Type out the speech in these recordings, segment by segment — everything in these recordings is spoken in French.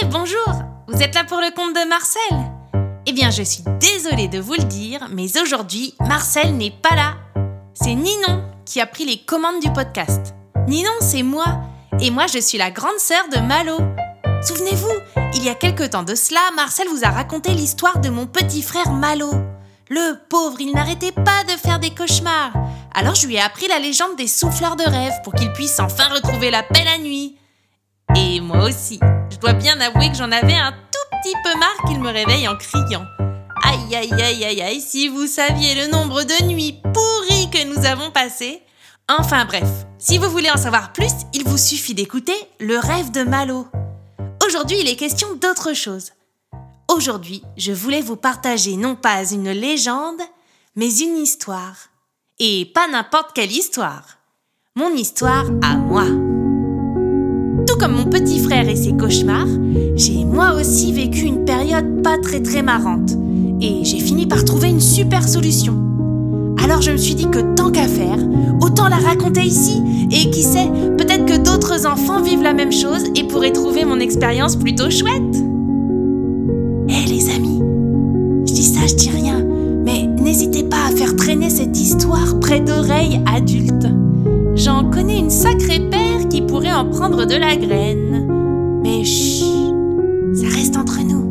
bonjour! Vous êtes là pour le compte de Marcel? Eh bien, je suis désolée de vous le dire, mais aujourd'hui, Marcel n'est pas là. C'est Ninon qui a pris les commandes du podcast. Ninon, c'est moi. Et moi, je suis la grande sœur de Malo. Souvenez-vous, il y a quelque temps de cela, Marcel vous a raconté l'histoire de mon petit frère Malo. Le pauvre, il n'arrêtait pas de faire des cauchemars. Alors je lui ai appris la légende des souffleurs de rêve pour qu'il puisse enfin retrouver la paix la nuit. Et moi aussi, je dois bien avouer que j'en avais un tout petit peu marre qu'il me réveille en criant. Aïe aïe aïe aïe aïe, si vous saviez le nombre de nuits pourries que nous avons passées. Enfin bref, si vous voulez en savoir plus, il vous suffit d'écouter Le rêve de Malo. Aujourd'hui, il est question d'autre chose. Aujourd'hui, je voulais vous partager non pas une légende, mais une histoire. Et pas n'importe quelle histoire. Mon histoire à moi. Tout comme mon petit frère et ses cauchemars, j'ai moi aussi vécu une période pas très marrante. Et j'ai fini par trouver une super solution. Alors je me suis dit que tant qu'à faire, autant la raconter ici. Et qui sait, peut-être que d'autres enfants vivent la même chose et pourraient trouver mon expérience plutôt chouette. Les amis, je dis ça, je dis rien, mais n'hésitez pas à faire traîner cette histoire près d'oreilles adultes. J'en connais une sacrée paire qui pourrait en prendre de la graine. Mais chut, ça reste entre nous.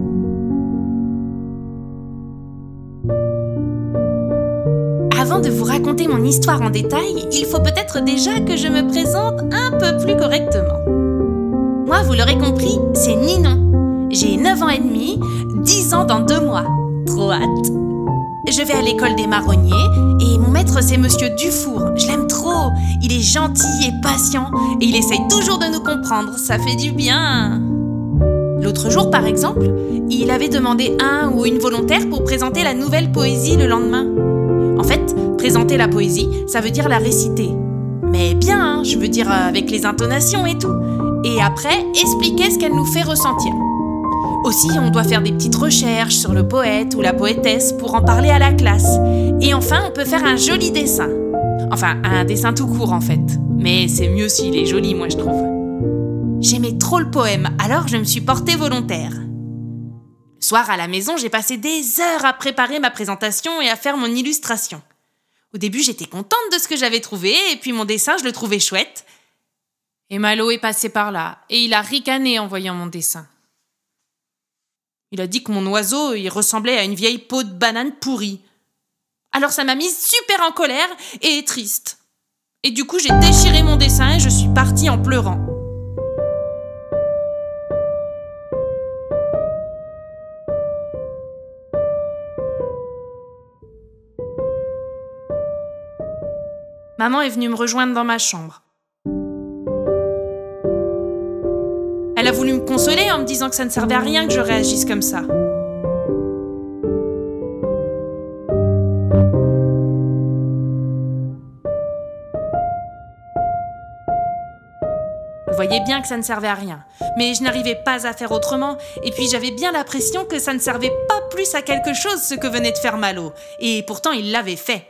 Avant de vous raconter mon histoire en détail, il faut peut-être déjà que je me présente un peu plus correctement. Moi, vous l'aurez compris, c'est Ninon. J'ai 9 ans et demi, 10 ans dans 2 mois. Trop hâte. Je vais à l'école des marronniers et mon maître c'est Monsieur Dufour. Je l'aime trop. Il est gentil et patient et il essaye toujours de nous comprendre. Ça fait du bien. L'autre jour par exemple, il avait demandé un ou une volontaire pour présenter la nouvelle poésie le lendemain. En fait, présenter la poésie, ça veut dire la réciter. Mais bien, hein, je veux dire avec les intonations et tout. Et après, expliquer ce qu'elle nous fait ressentir. Aussi, on doit faire des petites recherches sur le poète ou la poétesse pour en parler à la classe. Et enfin, on peut faire un joli dessin. Enfin, un dessin tout court en fait. Mais c'est mieux s'il est joli, moi je trouve. J'aimais trop le poème, alors je me suis portée volontaire. Le soir à la maison, j'ai passé des heures à préparer ma présentation et à faire mon illustration. Au début, j'étais contente de ce que j'avais trouvé, et puis mon dessin, je le trouvais chouette. Et Malo est passé par là, et il a ricané en voyant mon dessin. Il a dit que mon oiseau, il ressemblait à une vieille peau de banane pourrie. Alors ça m'a mise super en colère et triste. Et du coup, j'ai déchiré mon dessin et je suis partie en pleurant. Maman est venue me rejoindre dans ma chambre. Elle a voulu me consoler en me disant que ça ne servait à rien que je réagisse comme ça. Je voyais bien que ça ne servait à rien, mais je n'arrivais pas à faire autrement, et puis j'avais bien l'impression que ça ne servait pas plus à quelque chose ce que venait de faire Malo, et pourtant il l'avait fait.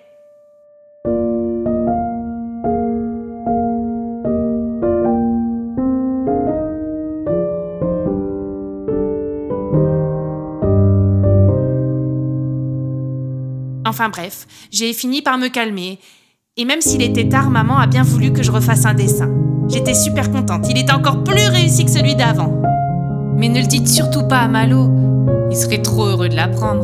Enfin bref, j'ai fini par me calmer. Et même s'il était tard, maman a bien voulu que je refasse un dessin. J'étais super contente, il était encore plus réussi que celui d'avant. Mais ne le dites surtout pas à Malo, il serait trop heureux de l'apprendre.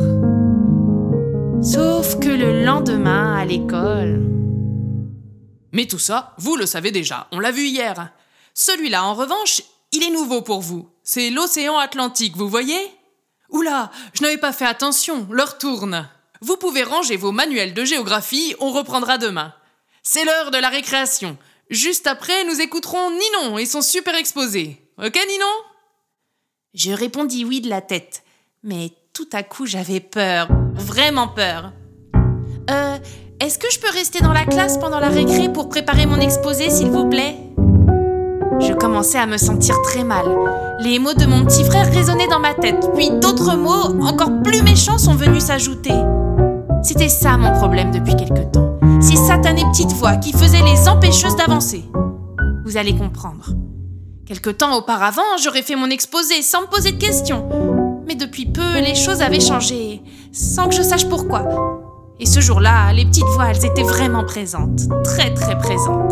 Sauf que le lendemain, à l'école... Mais tout ça, vous le savez déjà, on l'a vu hier. Celui-là, en revanche, il est nouveau pour vous. C'est l'océan Atlantique, vous voyez ? Oula, je n'avais pas fait attention, l'heure tourne. Vous pouvez ranger vos manuels de géographie, on reprendra demain. C'est l'heure de la récréation. Juste après, nous écouterons Ninon et son super exposé. Ok, Ninon ? Je répondis oui de la tête. Mais tout à coup, j'avais peur. Vraiment peur. Est-ce que je peux rester dans la classe pendant la récré pour préparer mon exposé, s'il vous plaît ? Je commençais à me sentir très mal. Les mots de mon petit frère résonnaient dans ma tête. Puis d'autres mots, encore plus méchants, sont venus s'ajouter. C'était ça mon problème depuis quelque temps. Ces satanées petites voix qui faisaient les empêcheuses d'avancer. Vous allez comprendre. Quelque temps auparavant, j'aurais fait mon exposé sans me poser de questions. Mais depuis peu, les choses avaient changé, sans que je sache pourquoi. Et ce jour-là, les petites voix, elles étaient vraiment présentes, très très présentes.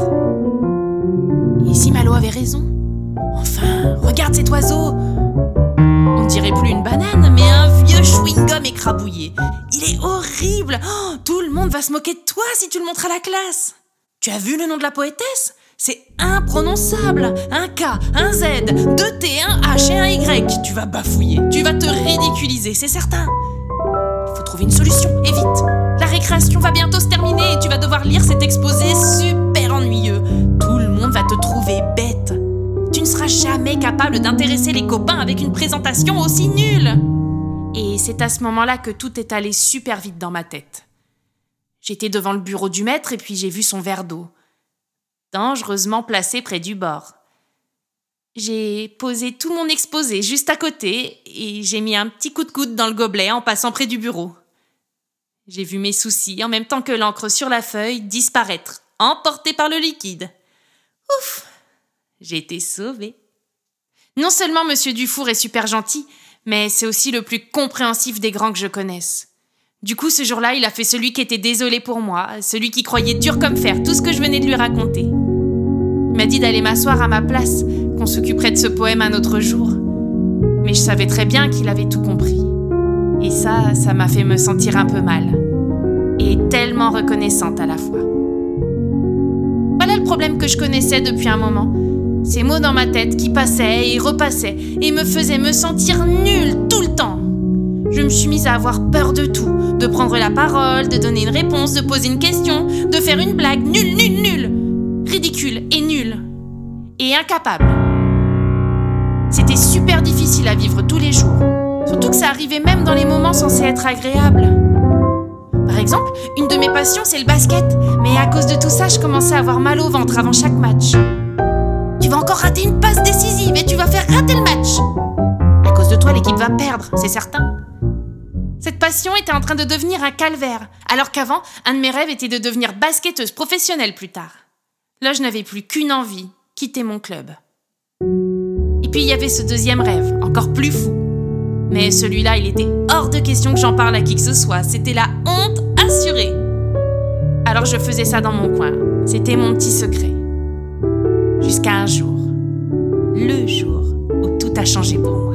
Et si Malo avait raison? Enfin, regarde cet oiseau! On dirait plus une banane, mais un vieux chewing-gum écrabouillé. Il est horrible! Oh, tout le monde va se moquer de toi si tu le montres à la classe! Tu as vu le nom de la poétesse? C'est imprononçable! Un K, un Z, deux T, un H et un Y. Tu vas bafouiller, tu vas te ridiculiser, c'est certain. Il faut trouver une solution, et vite! La récréation va bientôt se terminer et tu vas devoir lire cet exposé super ennuyeux. Tout le monde va te trouver bête. Tu ne seras jamais capable d'intéresser les copains avec une présentation aussi nulle. Et c'est à ce moment-là que tout est allé super vite dans ma tête. J'étais devant le bureau du maître et puis j'ai vu son verre d'eau, dangereusement placé près du bord. J'ai posé tout mon exposé juste à côté et j'ai mis un petit coup de coude dans le gobelet en passant près du bureau. J'ai vu mes soucis en même temps que l'encre sur la feuille disparaître, emportée par le liquide. Ouf! J'ai été sauvée. Non seulement Monsieur Dufour est super gentil, mais c'est aussi le plus compréhensif des grands que je connaisse. Du coup, ce jour-là, il a fait celui qui était désolé pour moi, celui qui croyait dur comme fer tout ce que je venais de lui raconter. Il m'a dit d'aller m'asseoir à ma place, qu'on s'occuperait de ce poème un autre jour. Mais je savais très bien qu'il avait tout compris. Et ça m'a fait me sentir un peu mal. Et tellement reconnaissante à la fois. Voilà le problème que je connaissais depuis un moment. Ces mots dans ma tête qui passaient et repassaient et me faisaient me sentir nulle tout le temps. Je me suis mise à avoir peur de tout, de prendre la parole, de donner une réponse, de poser une question, de faire une blague nulle, ridicule et nulle, et incapable. C'était super difficile à vivre tous les jours, surtout que ça arrivait même dans les moments censés être agréables. Par exemple, une de mes passions c'est le basket, mais à cause de tout ça, je commençais à avoir mal au ventre avant chaque match. Tu vas encore rater une passe décisive et tu vas faire rater le match. À cause de toi, l'équipe va perdre, c'est certain. Cette passion était en train de devenir un calvaire, alors qu'avant, un de mes rêves était de devenir basketteuse professionnelle plus tard. Là, je n'avais plus qu'une envie, quitter mon club. Et puis, il y avait ce deuxième rêve, encore plus fou. Mais celui-là, il était hors de question que j'en parle à qui que ce soit. C'était la honte assurée. Alors, je faisais ça dans mon coin. C'était mon petit secret. Jusqu'à un jour, le jour où tout a changé pour moi.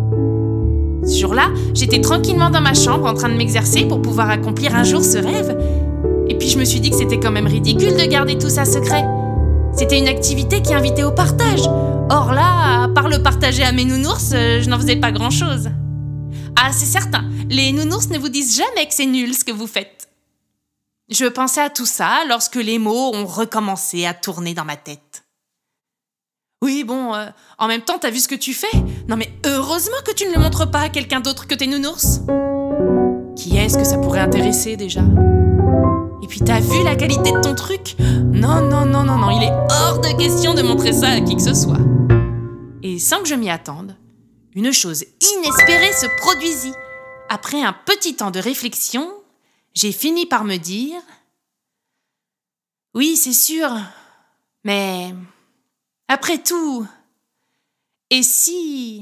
Ce jour-là, j'étais tranquillement dans ma chambre en train de m'exercer pour pouvoir accomplir un jour ce rêve. Et puis je me suis dit que c'était quand même ridicule de garder tout ça secret. C'était une activité qui invitait au partage. Or là, à part le partager à mes nounours, je n'en faisais pas grand-chose. Ah, c'est certain, les nounours ne vous disent jamais que c'est nul ce que vous faites. Je pensais à tout ça lorsque les mots ont recommencé à tourner dans ma tête. Oui, bon, en même temps, t'as vu ce que tu fais? Non mais heureusement que tu ne le montres pas à quelqu'un d'autre que tes nounours. Qui est-ce que ça pourrait intéresser déjà? Et puis t'as vu la qualité de ton truc? Non, il est hors de question de montrer ça à qui que ce soit. Et sans que je m'y attende, une chose inespérée se produisit. Après un petit temps de réflexion, j'ai fini par me dire... Oui, c'est sûr, mais... Après tout, et si...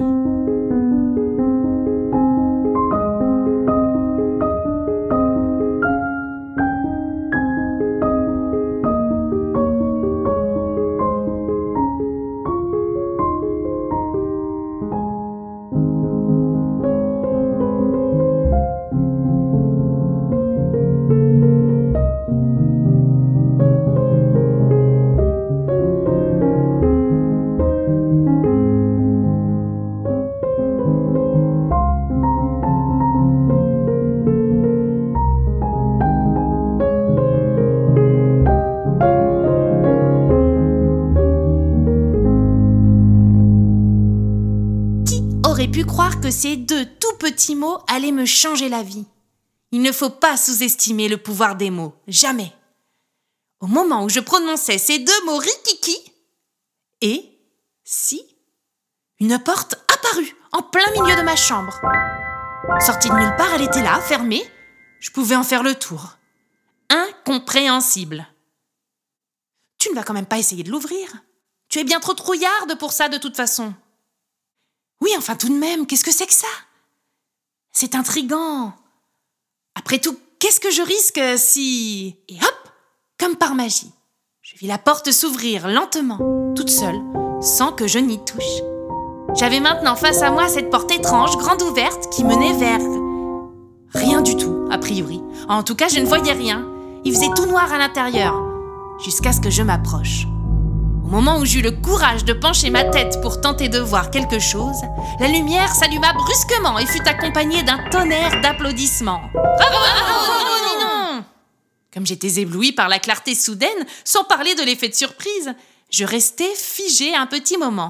Aurait pu croire que ces deux tout petits mots allaient me changer la vie. Il ne faut pas sous-estimer le pouvoir des mots, jamais. Au moment où je prononçais ces deux mots rikiki, et si, une porte apparut en plein milieu de ma chambre. Sortie de nulle part, elle était là, fermée. Je pouvais en faire le tour. Incompréhensible. Tu ne vas quand même pas essayer de l'ouvrir? Tu es bien trop trouillarde pour ça de toute façon. Oui, enfin tout de même, qu'est-ce que c'est que ça? C'est intriguant. Après tout, qu'est-ce que je risque si... Et hop, comme par magie, je vis la porte s'ouvrir lentement, toute seule, sans que je n'y touche. J'avais maintenant face à moi cette porte étrange, grande ouverte, qui menait vers... Rien du tout, a priori. En tout cas, je ne voyais rien. Il faisait tout noir à l'intérieur, jusqu'à ce que je m'approche. Au moment où j'eus le courage de pencher ma tête pour tenter de voir quelque chose, la lumière s'alluma brusquement et fut accompagnée d'un tonnerre d'applaudissements. Bravo, Ninon! Comme j'étais éblouie par la clarté soudaine, sans parler de l'effet de surprise, je restai figée un petit moment.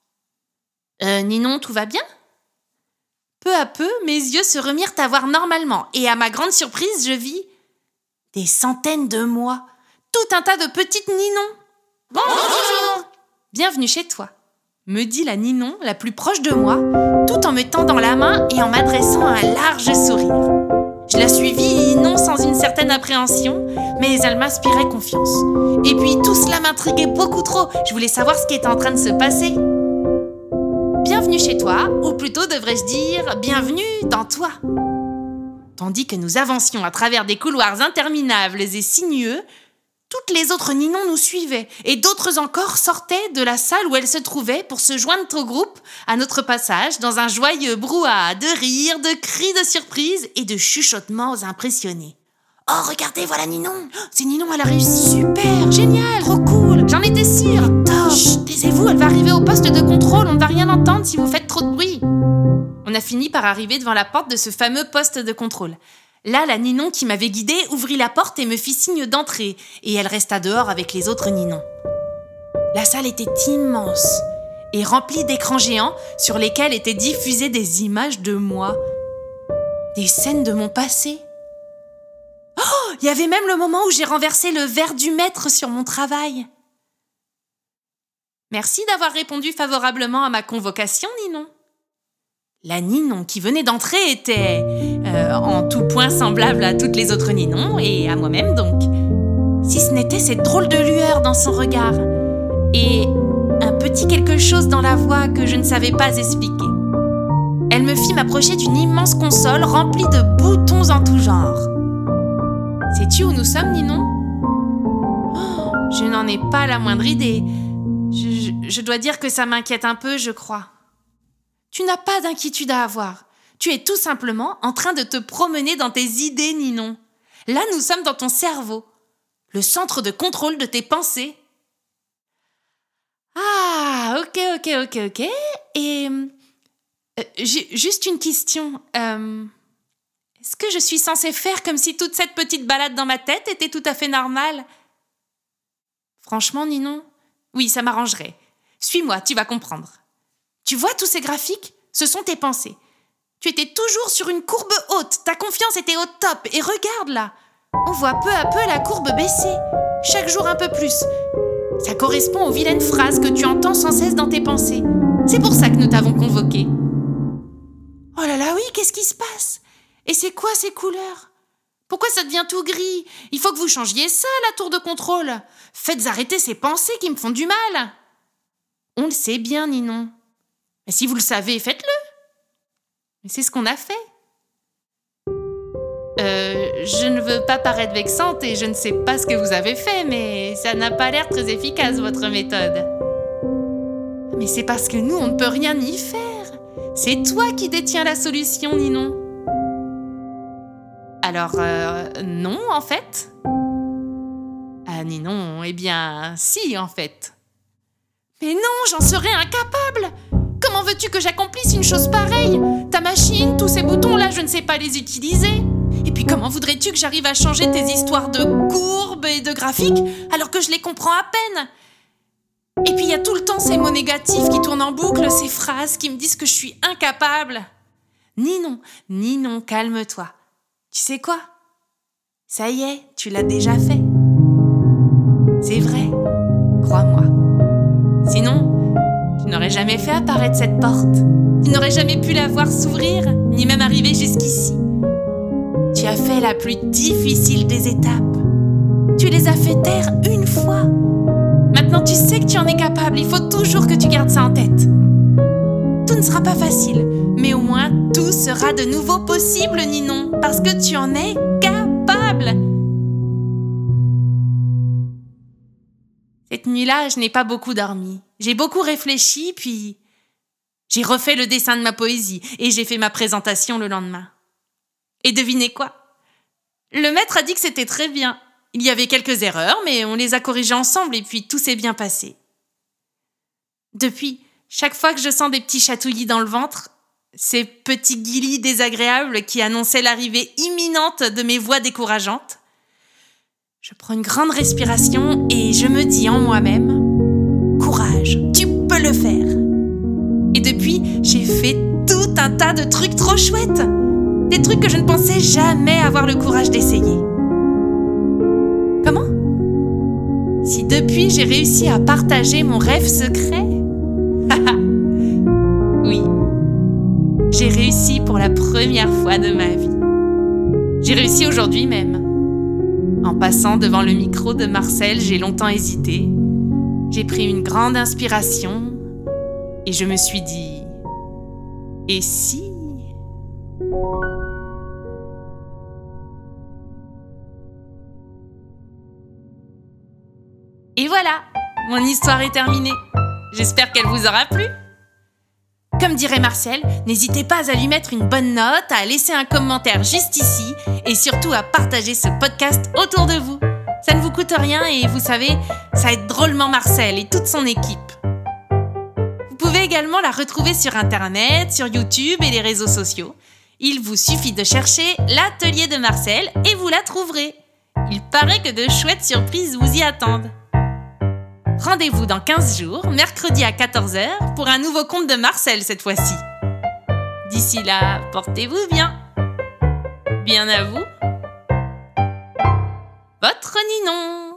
Ninon, tout va bien? Peu à peu, mes yeux se remirent à voir normalement et à ma grande surprise, je vis des centaines de moi, tout un tas de petites Ninons. Bonjour! Bienvenue chez toi, me dit la Ninon la plus proche de moi, tout en me tendant la main et en m'adressant un large sourire. Je la suivis, non sans une certaine appréhension, mais elle m'inspirait confiance. Et puis tout cela m'intriguait beaucoup trop, je voulais savoir ce qui était en train de se passer. Bienvenue chez toi, ou plutôt devrais-je dire bienvenue dans toi. Tandis que nous avancions à travers des couloirs interminables et sinueux, toutes les autres Ninons nous suivaient et d'autres encore sortaient de la salle où elles se trouvaient pour se joindre au groupe à notre passage dans un joyeux brouhaha de rires, de cris de surprise et de chuchotements impressionnés. « Oh, regardez, voilà Ninon! C'est Ninon, elle a réussi! Super! Génial! Trop cool! J'en étais sûre! Top! Chut, taisez-vous, elle va arriver au poste de contrôle, on ne va rien entendre si vous faites trop de bruit! » On a fini par arriver devant la porte de ce fameux poste de contrôle. Là, la Ninon qui m'avait guidée ouvrit la porte et me fit signe d'entrer, et elle resta dehors avec les autres Ninons. La salle était immense et remplie d'écrans géants sur lesquels étaient diffusées des images de moi, des scènes de mon passé. Oh, il y avait même le moment où j'ai renversé le verre du maître sur mon travail. Merci d'avoir répondu favorablement à ma convocation, Ninon. La Ninon qui venait d'entrer était en tout point semblable à toutes les autres Ninons et à moi-même donc. Si ce n'était cette drôle de lueur dans son regard et un petit quelque chose dans la voix que je ne savais pas expliquer. Elle me fit m'approcher d'une immense console remplie de boutons en tout genre. Sais-tu où nous sommes, Ninon? Oh, je n'en ai pas la moindre idée. Je dois dire que ça m'inquiète un peu, je crois. Tu n'as pas d'inquiétude à avoir. Tu es tout simplement en train de te promener dans tes idées, Ninon. Là, nous sommes dans ton cerveau, le centre de contrôle de tes pensées. Ah, ok. Et j'ai juste une question. Est-ce que je suis censée faire comme si toute cette petite balade dans ma tête était tout à fait normale? Franchement, Ninon, oui, ça m'arrangerait. Suis-moi, tu vas comprendre. Tu vois tous ces graphiques? Ce sont tes pensées. Tu étais toujours sur une courbe haute, ta confiance était au top, et regarde là, on voit peu à peu la courbe baisser, chaque jour un peu plus. Ça correspond aux vilaines phrases que tu entends sans cesse dans tes pensées. C'est pour ça que nous t'avons convoqué. Oh là là, oui, qu'est-ce qui se passe? Et c'est quoi ces couleurs? Pourquoi ça devient tout gris? Il faut que vous changiez ça, la tour de contrôle. Faites arrêter ces pensées qui me font du mal. On le sait bien, Ninon. Mais si vous le savez, faites-le. Mais c'est ce qu'on a fait. Je ne veux pas paraître vexante et je ne sais pas ce que vous avez fait, mais ça n'a pas l'air très efficace, votre méthode. Mais c'est parce que nous, on ne peut rien y faire. C'est toi qui détiens la solution, Ninon. Alors, non, en fait. Ah, Ninon, eh bien, si, en fait. Mais non, j'en serais incapable. Comment veux-tu que j'accomplisse une chose pareille? Ta machine, tous ces boutons-là, je ne sais pas les utiliser. Et puis comment voudrais-tu que j'arrive à changer tes histoires de courbes et de graphiques alors que je les comprends à peine? Et puis il y a tout le temps ces mots négatifs qui tournent en boucle, ces phrases qui me disent que je suis incapable. Ninon, calme-toi. Tu sais quoi? Ça y est, tu l'as déjà fait. C'est vrai, crois-moi. Sinon, tu n'aurais jamais fait apparaître cette porte. Tu n'aurais jamais pu la voir s'ouvrir, ni même arriver jusqu'ici. Tu as fait la plus difficile des étapes. Tu les as fait taire une fois. Maintenant, tu sais que tu en es capable. Il faut toujours que tu gardes ça en tête. Tout ne sera pas facile, mais au moins tout sera de nouveau possible, Ninon, parce que tu en es capable. Cette nuit-là, je n'ai pas beaucoup dormi. J'ai beaucoup réfléchi, puis j'ai refait le dessin de ma poésie et j'ai fait ma présentation le lendemain. Et devinez quoi? Le maître a dit que c'était très bien. Il y avait quelques erreurs, mais on les a corrigées ensemble et puis tout s'est bien passé. Depuis, chaque fois que je sens des petits chatouillis dans le ventre, ces petits guilis désagréables qui annonçaient l'arrivée imminente de mes voix décourageantes, je prends une grande respiration et je me dis en moi-même « Courage, tu peux le faire !» Et depuis, j'ai fait tout un tas de trucs trop chouettes. Des trucs que je ne pensais jamais avoir le courage d'essayer. Comment? Si depuis j'ai réussi à partager mon rêve secret? Oui, j'ai réussi pour la première fois de ma vie. J'ai réussi aujourd'hui même. En passant devant le micro de Marcel, j'ai longtemps hésité. J'ai pris une grande inspiration et je me suis dit « Et si ?» Et voilà, mon histoire est terminée. J'espère qu'elle vous aura plu. Comme dirait Marcel, n'hésitez pas à lui mettre une bonne note, à laisser un commentaire juste ici et surtout à partager ce podcast autour de vous. Ça ne vous coûte rien et vous savez, ça aide drôlement Marcel et toute son équipe. Vous pouvez également la retrouver sur Internet, sur YouTube et les réseaux sociaux. Il vous suffit de chercher l'atelier de Marcel et vous la trouverez. Il paraît que de chouettes surprises vous y attendent. Rendez-vous dans 15 jours, mercredi à 14h, pour un nouveau conte de Marcel cette fois-ci. D'ici là, portez-vous bien. Bien à vous. Votre Ninon.